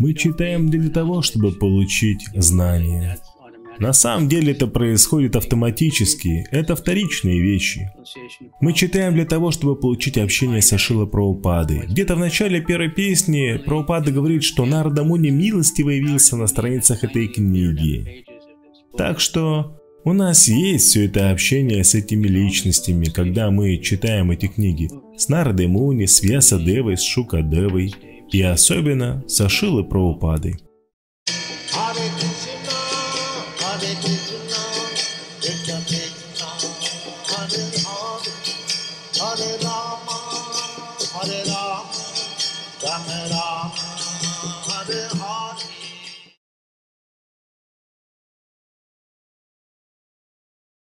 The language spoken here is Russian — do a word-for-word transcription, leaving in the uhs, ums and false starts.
Мы читаем для того, чтобы получить знания. На самом деле это происходит автоматически, это вторичные вещи. Мы читаем для того, чтобы получить общение со Шрилой Прабхупадой. Где-то в начале первой песни Прабхупада говорит, что Нарада Муни милостиво явился на страницах этой книги. Так что у нас есть все это общение с этими личностями, когда мы читаем эти книги. С Нарадой Муни, с Вьясадевой, с Шукадевой и особенно со Шрилой Прабхупадой. Hare Rama, Hare Rama.